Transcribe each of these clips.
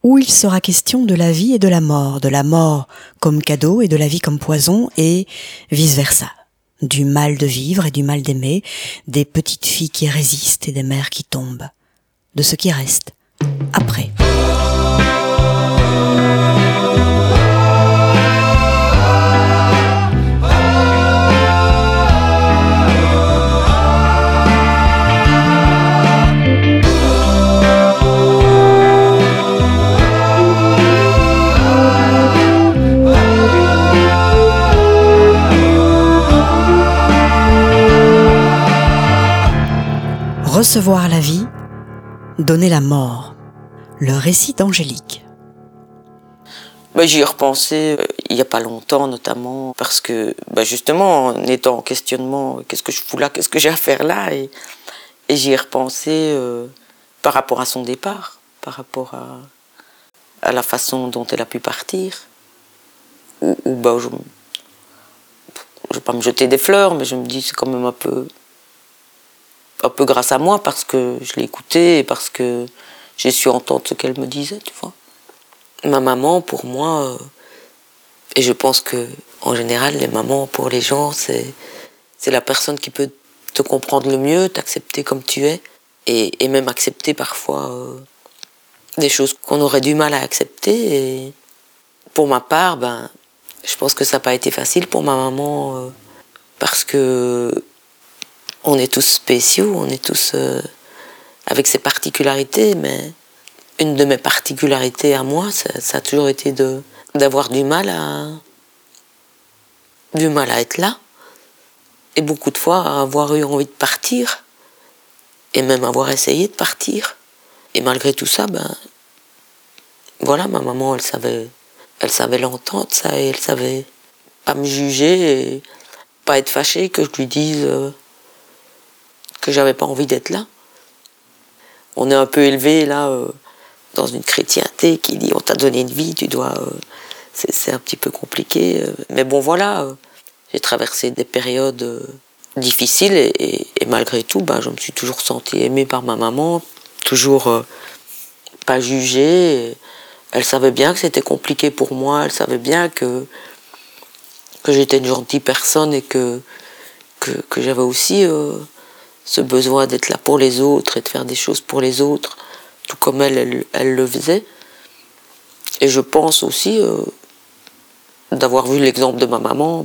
où il sera question de la vie et de la mort comme cadeau et de la vie comme poison, et vice-versa. Du mal de vivre et du mal d'aimer, des petites filles qui résistent et des mères qui tombent. De ce qui reste, après. Recevoir la vie, donner la mort. Le récit d'Angélique. J'y ai repensé il n'y a pas longtemps, notamment parce que justement, en étant en questionnement, qu'est-ce que je fous là, qu'est-ce que j'ai à faire là, et j'y ai repensé par rapport à son départ, par rapport à la façon dont elle a pu partir. Je ne vais pas me jeter des fleurs, mais je me dis c'est quand même un peu grâce à moi, parce que je l'ai écoutée et parce que j'ai su entendre ce qu'elle me disait, tu vois. Ma maman, pour moi, et je pense que en général, les mamans, pour les gens, c'est la personne qui peut te comprendre le mieux, t'accepter comme tu es, et même accepter parfois des choses qu'on aurait du mal à accepter. Et pour ma part, je pense que ça n'a pas été facile pour ma maman, parce que on est tous spéciaux, on est tous avec ses particularités, mais une de mes particularités à moi, ça a toujours été d'avoir du mal à être là, et beaucoup de fois à avoir eu envie de partir, et même avoir essayé de partir. Et malgré tout ça, voilà, ma maman, elle savait l'entendre, ça, et elle savait pas me juger, et pas être fâchée que je lui dise que j'avais pas envie d'être là. On est un peu élevé là dans une chrétienté qui dit on t'a donné une vie, tu dois. C'est un petit peu compliqué, mais bon voilà, j'ai traversé des périodes difficiles, et malgré tout, je me suis toujours sentie aimée par ma maman, toujours pas jugée. Elle savait bien que c'était compliqué pour moi, elle savait bien que j'étais une gentille personne, et que j'avais aussi ce besoin d'être là pour les autres et de faire des choses pour les autres, tout comme elle le faisait. Et je pense aussi, d'avoir vu l'exemple de ma maman,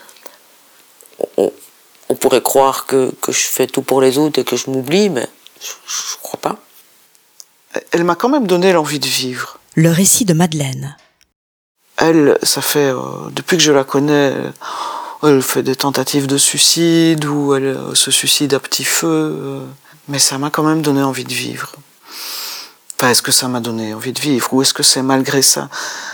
on pourrait croire que je fais tout pour les autres et que je m'oublie, mais je crois pas. Elle m'a quand même donné l'envie de vivre. Le récit de Madeleine. Elle, ça fait, depuis que je la connais, elle fait des tentatives de suicide, ou elle se suicide à petit feu, mais ça m'a quand même donné envie de vivre. Enfin, est-ce que ça m'a donné envie de vivre, ou est-ce que c'est malgré ça,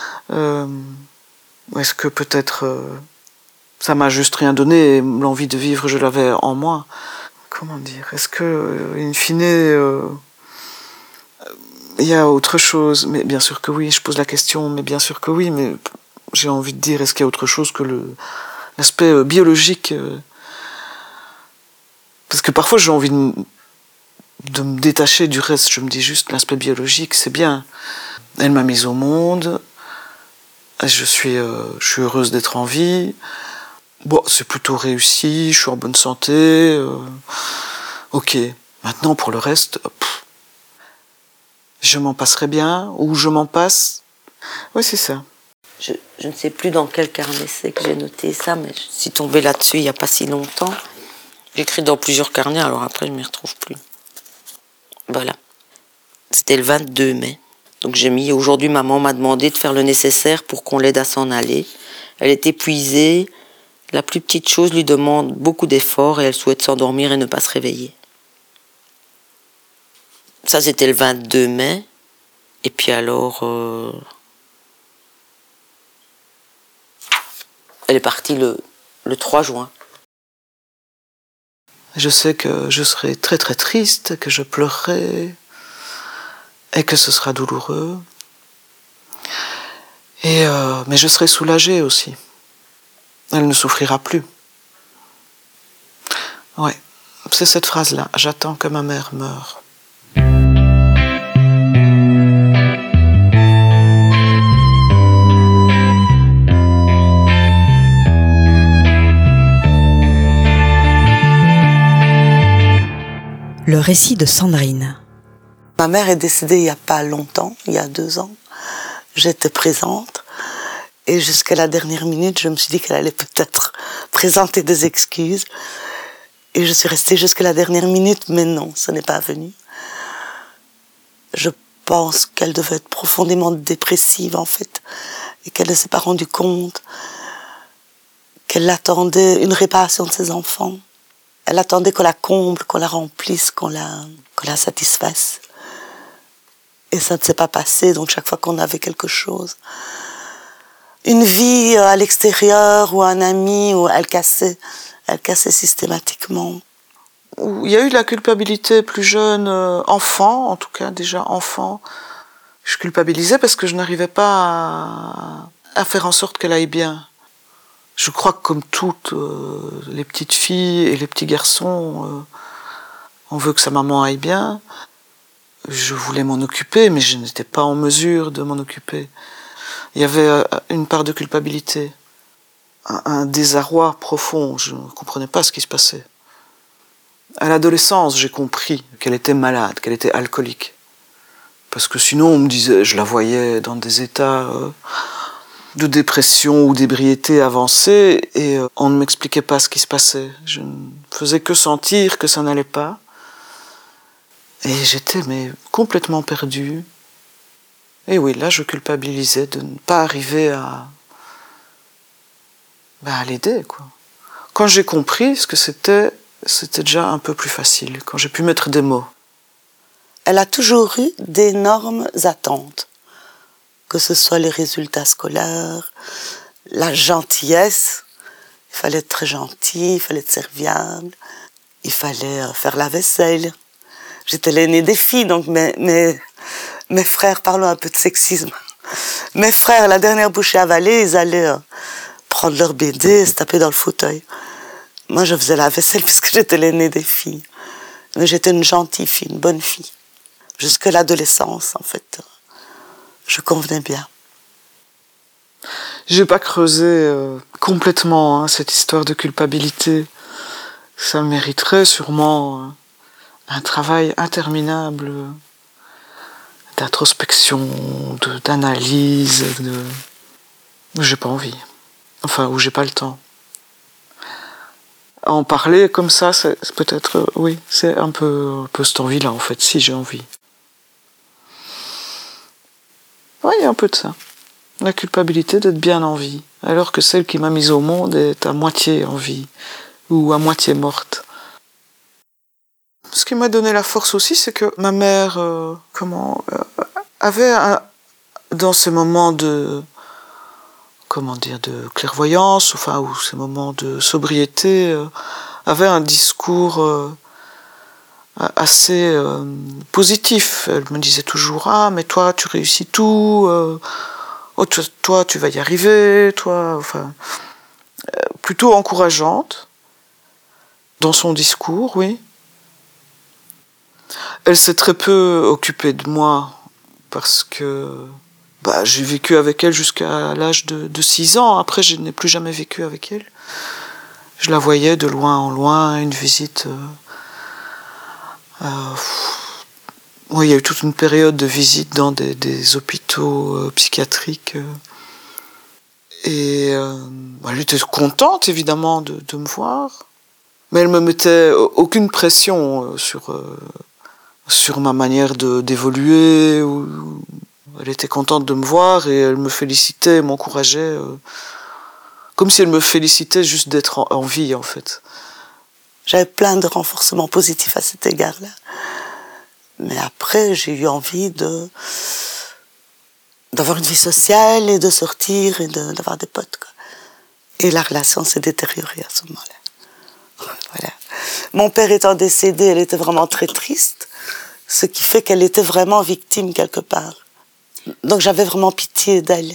ou est-ce que peut-être ça m'a juste rien donné, et l'envie de vivre, je l'avais en moi. Comment dire, est-ce que, in fine, il y a autre chose? Mais bien sûr que oui, je pose la question, mais bien sûr que oui, mais j'ai envie de dire, est-ce qu'il y a autre chose que l'aspect biologique? Parce que parfois j'ai envie de me détacher du reste, je me dis juste l'aspect biologique, c'est bien. Elle m'a mise au monde, je suis heureuse d'être en vie, bon, c'est plutôt réussi, je suis en bonne santé, ok. Maintenant pour le reste, je m'en passerai bien, ou je m'en passe. Oui, c'est ça. Je ne sais plus dans quel carnet c'est que j'ai noté ça, mais je suis tombée là-dessus il n'y a pas si longtemps. J'écris dans plusieurs carnets, alors après je ne m'y retrouve plus. Voilà. C'était le 22 mai. Donc j'ai mis « Aujourd'hui, maman m'a demandé de faire le nécessaire pour qu'on l'aide à s'en aller. Elle est épuisée. La plus petite chose lui demande beaucoup d'efforts et elle souhaite s'endormir et ne pas se réveiller. » Ça, c'était le 22 mai. Et puis alors... elle est partie le 3 juin. Je sais que je serai très très triste, que je pleurerai, et que ce sera douloureux. Mais je serai soulagée aussi. Elle ne souffrira plus. Ouais, c'est cette phrase-là. J'attends que ma mère meure. le récit de Sandrine. Ma mère est décédée il n'y a pas longtemps, il y a 2 ans. J'étais présente et jusqu'à la dernière minute, je me suis dit qu'elle allait peut-être présenter des excuses. Et je suis restée jusqu'à la dernière minute, mais non, ce n'est pas venu. Je pense qu'elle devait être profondément dépressive, en fait, et qu'elle ne s'est pas rendue compte qu'elle attendait une réparation de ses enfants. Elle attendait qu'on la comble, qu'on la remplisse, qu'on la satisfasse. Et ça ne s'est pas passé, donc chaque fois qu'on avait quelque chose, une vie à l'extérieur ou un ami, où elle cassait systématiquement. Il y a eu de la culpabilité plus jeune, enfant, en tout cas déjà enfant. Je culpabilisais parce que je n'arrivais pas à faire en sorte qu'elle aille bien. Je crois que comme toutes les petites filles et les petits garçons, on veut que sa maman aille bien. Je voulais m'en occuper, mais je n'étais pas en mesure de m'en occuper. Il y avait une part de culpabilité, un désarroi profond. Je ne comprenais pas ce qui se passait. À l'adolescence, j'ai compris qu'elle était malade, qu'elle était alcoolique. Parce que sinon, on me disait, je la voyais dans des états de dépression ou d'ébriété avancée, et on ne m'expliquait pas ce qui se passait. Je ne faisais que sentir que ça n'allait pas. Et j'étais complètement perdue. Et oui, là, je culpabilisais de ne pas arriver à l'aider, quoi. Quand j'ai compris ce que c'était déjà un peu plus facile, quand j'ai pu mettre des mots. Elle a toujours eu d'énormes attentes, que ce soit les résultats scolaires, la gentillesse. Il fallait être très gentil, il fallait être serviable, il fallait faire la vaisselle. J'étais l'aînée des filles, donc mes frères, parlons un peu de sexisme. Mes frères, la dernière bouchée avalée, ils allaient prendre leur BD, se taper dans le fauteuil. Moi, je faisais la vaisselle parce que j'étais l'aînée des filles. Mais j'étais une gentille fille, une bonne fille. Jusqu'à l'adolescence, en fait, je convenais bien. J'ai pas creusé complètement cette histoire de culpabilité. Ça mériterait sûrement un travail interminable d'introspection, d'analyse. J'ai pas envie. Enfin, ou j'ai pas le temps. En parler comme ça, c'est peut-être, oui, c'est un peu cette envie-là, en fait, si j'ai envie. Oui, il y a un peu de ça. La culpabilité d'être bien en vie, alors que celle qui m'a mise au monde est à moitié en vie, ou à moitié morte. Ce qui m'a donné la force aussi, c'est que ma mère, avait dans ces moments de clairvoyance, ou ces moments de sobriété, avait un discours assez positif. Elle me disait toujours, mais toi tu réussis tout, toi tu vas y arriver, plutôt encourageante dans son discours, oui. Elle s'est très peu occupée de moi parce que j'ai vécu avec elle jusqu'à l'âge de 6 ans. Après, je n'ai plus jamais vécu avec elle. Je la voyais de loin en loin, une visite. Il y a eu toute une période de visite dans des hôpitaux psychiatriques. Et elle était contente, évidemment, de me voir. Mais elle ne me mettait aucune pression sur ma manière d'évoluer. Elle était contente de me voir et elle me félicitait, m'encourageait. Comme si elle me félicitait juste d'être en vie, en fait. J'avais plein de renforcements positifs à cet égard-là. Mais après, j'ai eu envie d'avoir une vie sociale et de sortir et d'avoir des potes, quoi. Et la relation s'est détériorée à ce moment-là. Voilà. Mon père étant décédé, elle était vraiment très triste, ce qui fait qu'elle était vraiment victime quelque part. Donc j'avais vraiment pitié d'elle.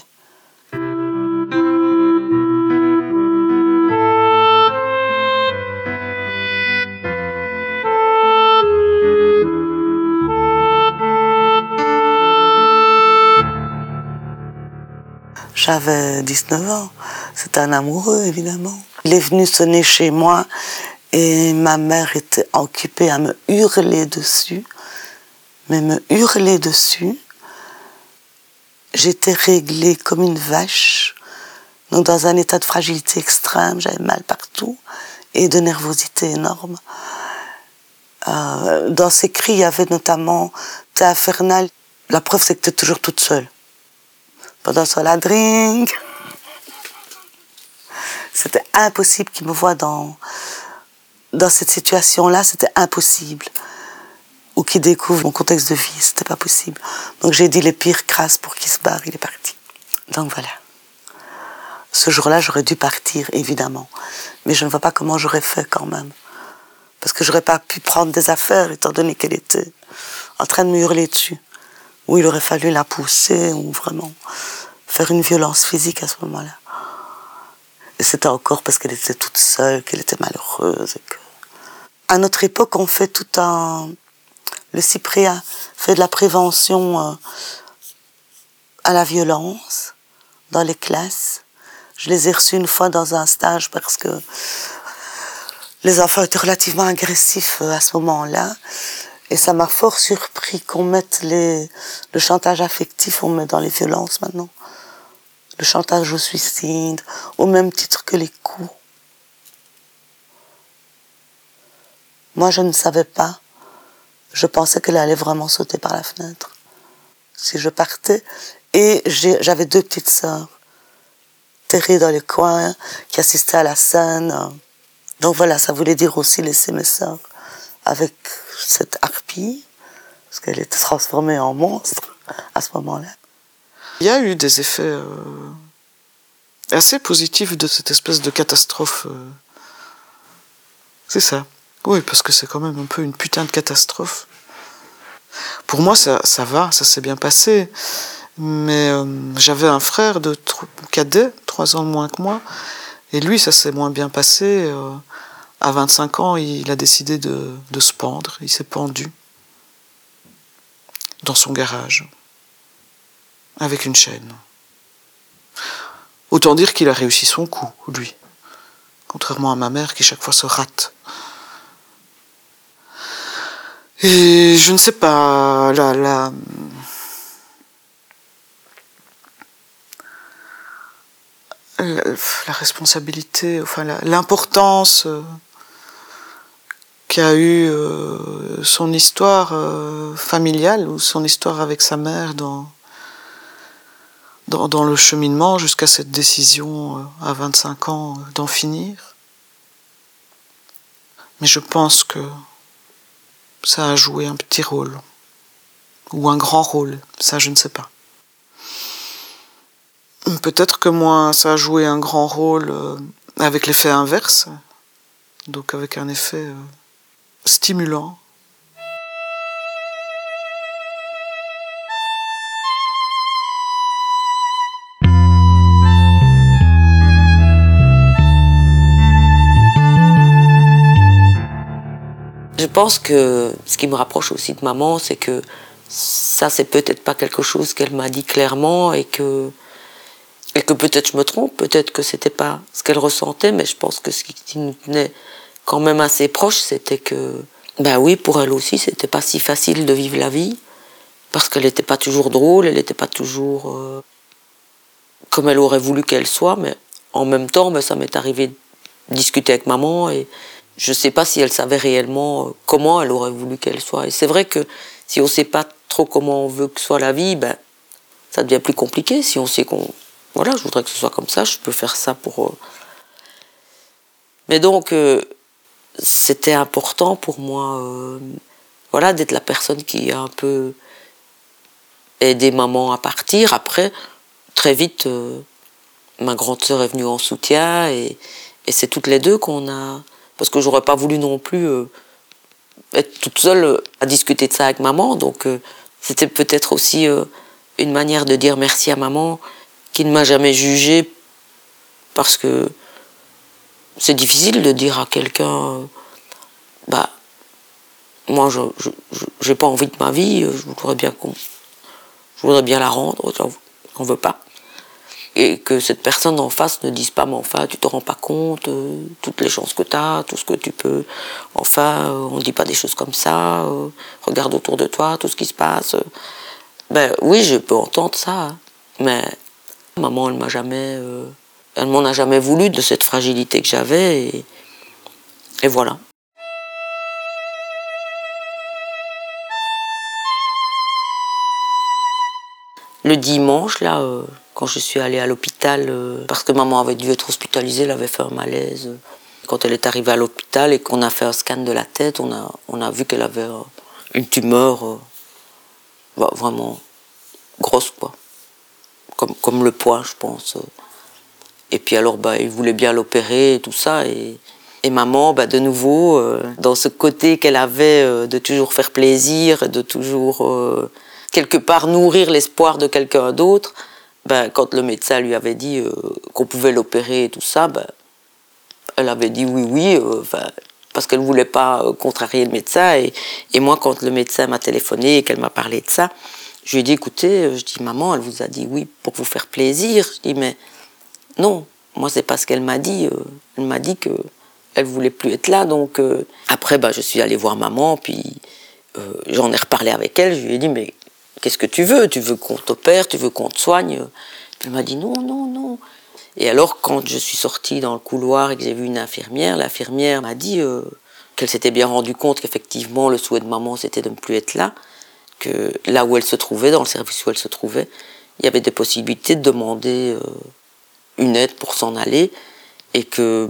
J'avais 19 ans. C'était un amoureux, évidemment. Il est venu sonner chez moi Et ma mère était occupée à me hurler dessus, mais me hurler dessus. J'étais réglée comme une vache, donc dans un état de fragilité extrême, j'avais mal partout et de nervosité énorme. Dans ces cris, il y avait notamment « t'es infernal ». La preuve, c'est que t'es toujours toute seule. Pendant ce la drink. C'était impossible qu'il me voie dans cette situation-là, c'était impossible. Ou qu'il découvre mon contexte de vie, c'était pas possible. Donc j'ai dit les pires crasses pour qu'il se barre, il est parti. Donc voilà. Ce jour-là, j'aurais dû partir, évidemment. Mais je ne vois pas comment j'aurais fait quand même. Parce que j'aurais pas pu prendre des affaires, étant donné qu'elle était en train de me hurler dessus. Ou il aurait fallu la pousser, ou vraiment faire une violence physique à ce moment-là. Et c'était encore parce qu'elle était toute seule, qu'elle était malheureuse. Et que... À notre époque, on fait tout un... Le Cypria fait de la prévention à la violence dans les classes. Je les ai reçus une fois dans un stage parce que les enfants étaient relativement agressifs à ce moment-là. Et ça m'a fort surpris qu'on mette le chantage affectif, on met dans les violences maintenant. Le chantage au suicide, au même titre que les coups. Moi, je ne savais pas. Je pensais qu'elle allait vraiment sauter par la fenêtre. Si je partais. Et j'avais 2 petites sœurs, terrées dans les coins, qui assistaient à la scène. Donc voilà, ça voulait dire aussi laisser mes sœurs avec cette harpie, parce qu'elle était transformée en monstre à ce moment-là. Il y a eu des effets assez positifs de cette espèce de catastrophe. C'est ça. Oui, parce que c'est quand même un peu une putain de catastrophe. Pour moi, ça va, ça s'est bien passé. Mais j'avais un frère cadet, 3 ans de moins que moi, et lui, ça s'est moins bien passé. À 25 ans, il a décidé de se pendre. Il s'est pendu dans son garage, avec une chaîne. Autant dire qu'il a réussi son coup, lui. Contrairement à ma mère, qui chaque fois se rate. Et je ne sais pas, la responsabilité, enfin l'importance qu'a eu son histoire familiale, ou son histoire avec sa mère dans le cheminement jusqu'à cette décision à 25 ans d'en finir. Mais je pense que ça a joué un petit rôle, ou un grand rôle, ça je ne sais pas. Peut-être que moi, ça a joué un grand rôle avec l'effet inverse, donc avec un effet stimulant. Je pense que ce qui me rapproche aussi de maman, c'est que ça, c'est peut-être pas quelque chose qu'elle m'a dit clairement et que peut-être je me trompe, peut-être que c'était pas ce qu'elle ressentait, mais je pense que ce qui nous tenait quand même assez proche, c'était que, ben oui, pour elle aussi, c'était pas si facile de vivre la vie, parce qu'elle n'était pas toujours drôle, elle n'était pas toujours comme elle aurait voulu qu'elle soit, mais en même temps, ben, ça m'est arrivé de discuter avec maman et je sais pas si elle savait réellement comment elle aurait voulu qu'elle soit. Et c'est vrai que si on sait pas trop comment on veut que soit la vie, ben, ça devient plus compliqué. Si on sait qu'on... Voilà, je voudrais que ce soit comme ça, je peux faire ça pour... Mais donc, c'était important pour moi voilà, d'être la personne qui a un peu aidé maman à partir. Après, très vite, ma grande sœur est venue en soutien et c'est toutes les deux qu'on a... Parce que j'aurais pas voulu non plus être toute seule à discuter de ça avec maman. Donc, c'était peut-être aussi une manière de dire merci à maman qui ne m'a jamais jugée, parce que c'est difficile de dire à quelqu'un bah moi j'ai pas envie de ma vie, je voudrais bien la rendre, on veut pas. et que cette personne en face ne dise pas, mais enfin, tu te rends pas compte, toutes les chances que tu as, tout ce que tu peux, enfin, on ne dit pas des choses comme ça, regarde autour de toi, tout ce qui se passe. Ben oui, je peux entendre ça, hein, mais maman, elle m'en a jamais voulu de cette fragilité que j'avais, et voilà. Le dimanche, là, quand je suis allée à l'hôpital, parce que maman avait dû être hospitalisée, elle avait fait un malaise. Quand elle est arrivée à l'hôpital et qu'on a fait un scan de la tête, on a vu qu'elle avait une tumeur vraiment grosse, quoi. Comme le poing, je pense. Et puis alors, ils voulaient bien l'opérer et tout ça. Et maman, de nouveau, dans ce côté qu'elle avait de toujours faire plaisir, de toujours... quelque part nourrir l'espoir de quelqu'un d'autre, quand le médecin lui avait dit qu'on pouvait l'opérer et tout ça, elle avait dit oui, parce qu'elle ne voulait pas contrarier le médecin. Et moi, quand le médecin m'a téléphoné et qu'elle m'a parlé de ça, je lui ai dit, écoutez, maman, elle vous a dit oui pour vous faire plaisir. Je dis, mais non, moi, c'est pas ce qu'elle m'a dit. Elle m'a dit qu'elle ne voulait plus être là. Donc, après, je suis allée voir maman, puis j'en ai reparlé avec elle. Je lui ai dit, mais qu'est-ce que tu veux? Tu veux qu'on t'opère? Tu veux qu'on te soigne? Puis elle m'a dit non. Et alors, quand je suis sortie dans le couloir et que j'ai vu une infirmière, l'infirmière m'a dit qu'elle s'était bien rendue compte qu'effectivement, le souhait de maman, c'était de ne plus être là, que là où elle se trouvait, dans le service où elle se trouvait, il y avait des possibilités de demander une aide pour s'en aller, et que,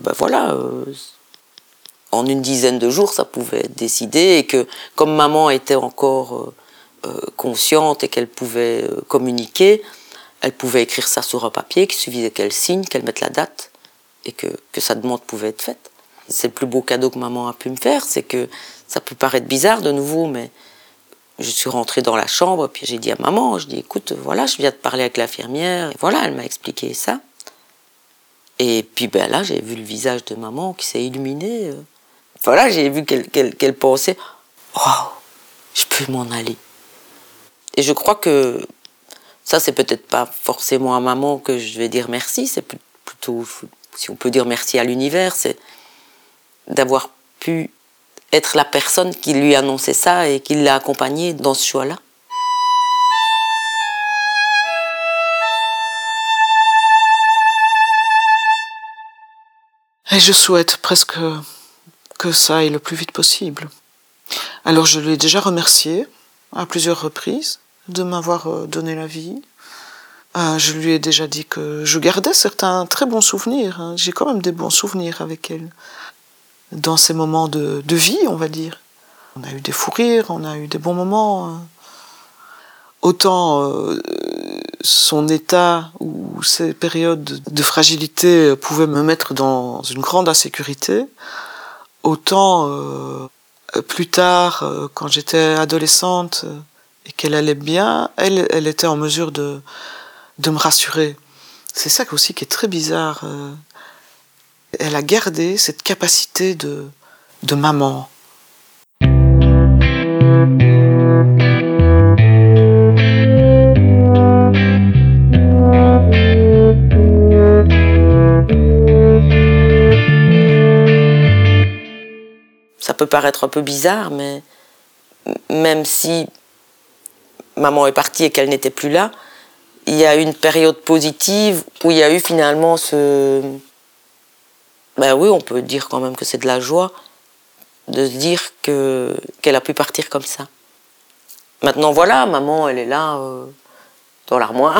en une dizaine de jours, ça pouvait être décidé, et que, comme maman était encore... consciente et qu'elle pouvait communiquer, elle pouvait écrire ça sur un papier, qu'il suffisait qu'elle signe, qu'elle mette la date et que sa demande pouvait être faite. C'est le plus beau cadeau que maman a pu me faire, c'est que ça peut paraître bizarre de nouveau, mais je suis rentrée dans la chambre, puis j'ai dit à maman, écoute, voilà, je viens de parler avec l'infirmière, et voilà, elle m'a expliqué ça. Et puis là, j'ai vu le visage de maman qui s'est illuminé. Voilà, j'ai vu qu'elle pensait, waouh, je peux m'en aller. Et je crois que ça, c'est peut-être pas forcément à maman que je vais dire merci, c'est plutôt, si on peut dire merci à l'univers, c'est d'avoir pu être la personne qui lui annonçait ça et qui l'a accompagnée dans ce choix-là. Et je souhaite presque que ça aille le plus vite possible. Alors je lui ai déjà remercié à plusieurs reprises de m'avoir donné la vie. Je lui ai déjà dit que je gardais certains très bons souvenirs. J'ai quand même des bons souvenirs avec elle. Dans ces moments de vie, on va dire. On a eu des fous rires, on a eu des bons moments. Autant son état ou ces périodes de fragilité pouvaient me mettre dans une grande insécurité, autant plus tard, quand j'étais adolescente et qu'elle allait bien, elle était en mesure de me rassurer. C'est ça aussi qui est très bizarre. Elle a gardé cette capacité de maman. Ça peut paraître un peu bizarre, mais même si maman est partie et qu'elle n'était plus là, il y a eu une période positive où il y a eu finalement ce... oui, on peut dire quand même que c'est de la joie de se dire qu'elle a pu partir comme ça. Maintenant, voilà, maman, elle est là, dans l'armoire.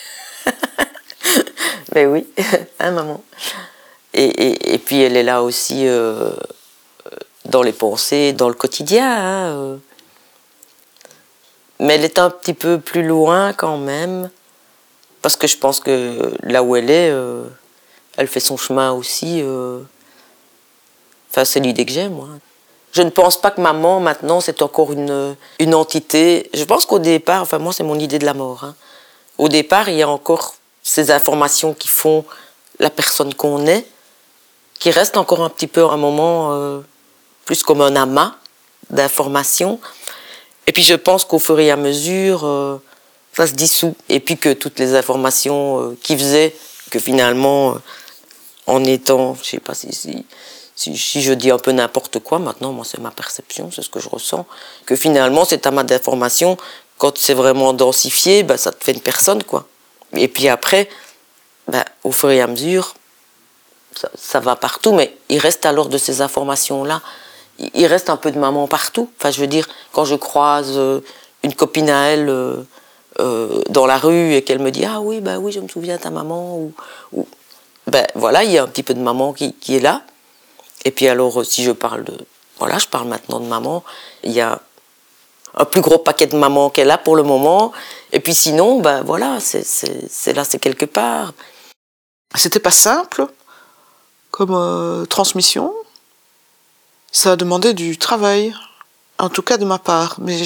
Mais oui, hein, maman. Et puis, elle est là aussi dans les pensées, dans le quotidien. Hein, Mais elle est un petit peu plus loin quand même, parce que je pense que là où elle est, elle fait son chemin aussi. Enfin, c'est l'idée que j'ai, moi. Je ne pense pas que maman, maintenant, c'est encore une entité. Je pense qu'au départ, enfin moi, c'est mon idée de la mort. Hein. Au départ, il y a encore ces informations qui font la personne qu'on est, qui restent encore un petit peu un moment plus comme un amas d'informations. Et puis je pense qu'au fur et à mesure, ça se dissout. Et puis que toutes les informations qui faisaient que finalement, en étant, je sais pas si je dis un peu n'importe quoi, maintenant, moi c'est ma perception, c'est ce que je ressens, que finalement cet amas d'informations, quand c'est vraiment densifié, ben, ça te fait une personne, quoi. Et puis après, ben, au fur et à mesure, ça va partout, mais il reste alors de ces informations-là, il reste un peu de maman partout. Enfin, je veux dire, quand je croise une copine à elle dans la rue et qu'elle me dit « Ah oui, ben oui, je me souviens de ta maman », ou ben voilà, il y a un petit peu de maman qui est là. Et puis alors, si je parle je parle maintenant de maman, il y a un plus gros paquet de maman qu'elle a pour le moment. Et puis sinon, ben voilà, c'est là, c'est quelque part. C'était pas simple comme transmission. Ça a demandé du travail, en tout cas de ma part. Mais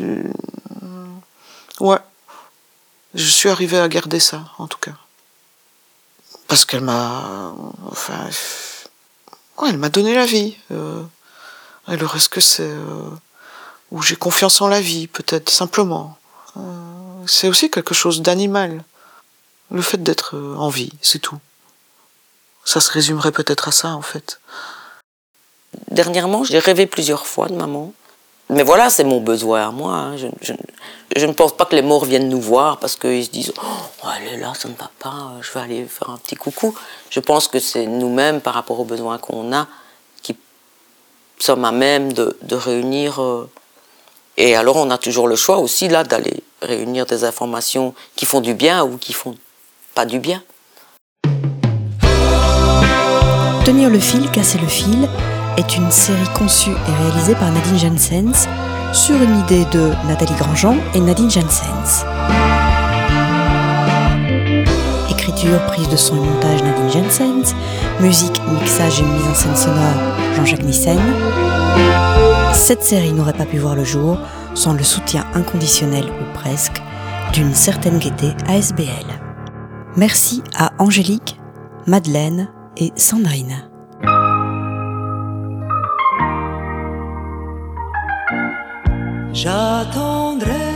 ouais, je suis arrivée à garder ça, en tout cas. Parce qu'elle m'a... Enfin... Ouais, elle m'a donné la vie. Alors est-ce que c'est... où j'ai confiance en la vie, peut-être, simplement. C'est aussi quelque chose d'animal. Le fait d'être en vie, c'est tout. Ça se résumerait peut-être à ça, en fait. Dernièrement, j'ai rêvé plusieurs fois de maman. Mais voilà, c'est mon besoin à moi. Hein. Je ne pense pas que les morts viennent nous voir parce qu'ils se disent « Oh, elle est là, ça ne va pas, je vais aller faire un petit coucou ». Je pense que c'est nous-mêmes, par rapport aux besoins qu'on a, qui sommes à même de réunir... Et alors, on a toujours le choix aussi, là, d'aller réunir des informations qui font du bien ou qui font pas du bien. Tenir le fil, casser le fil est une série conçue et réalisée par Nadine Janssens sur une idée de Nathalie Grandjean et Nadine Janssens. Écriture, prise de son et montage Nadine Janssens, musique, mixage et mise en scène sonore Jean-Jacques Nissen. Cette série n'aurait pas pu voir le jour sans le soutien inconditionnel ou presque d'une certaine gaieté ASBL. Merci à Angélique, Madeleine et Sandrine. J'attendrai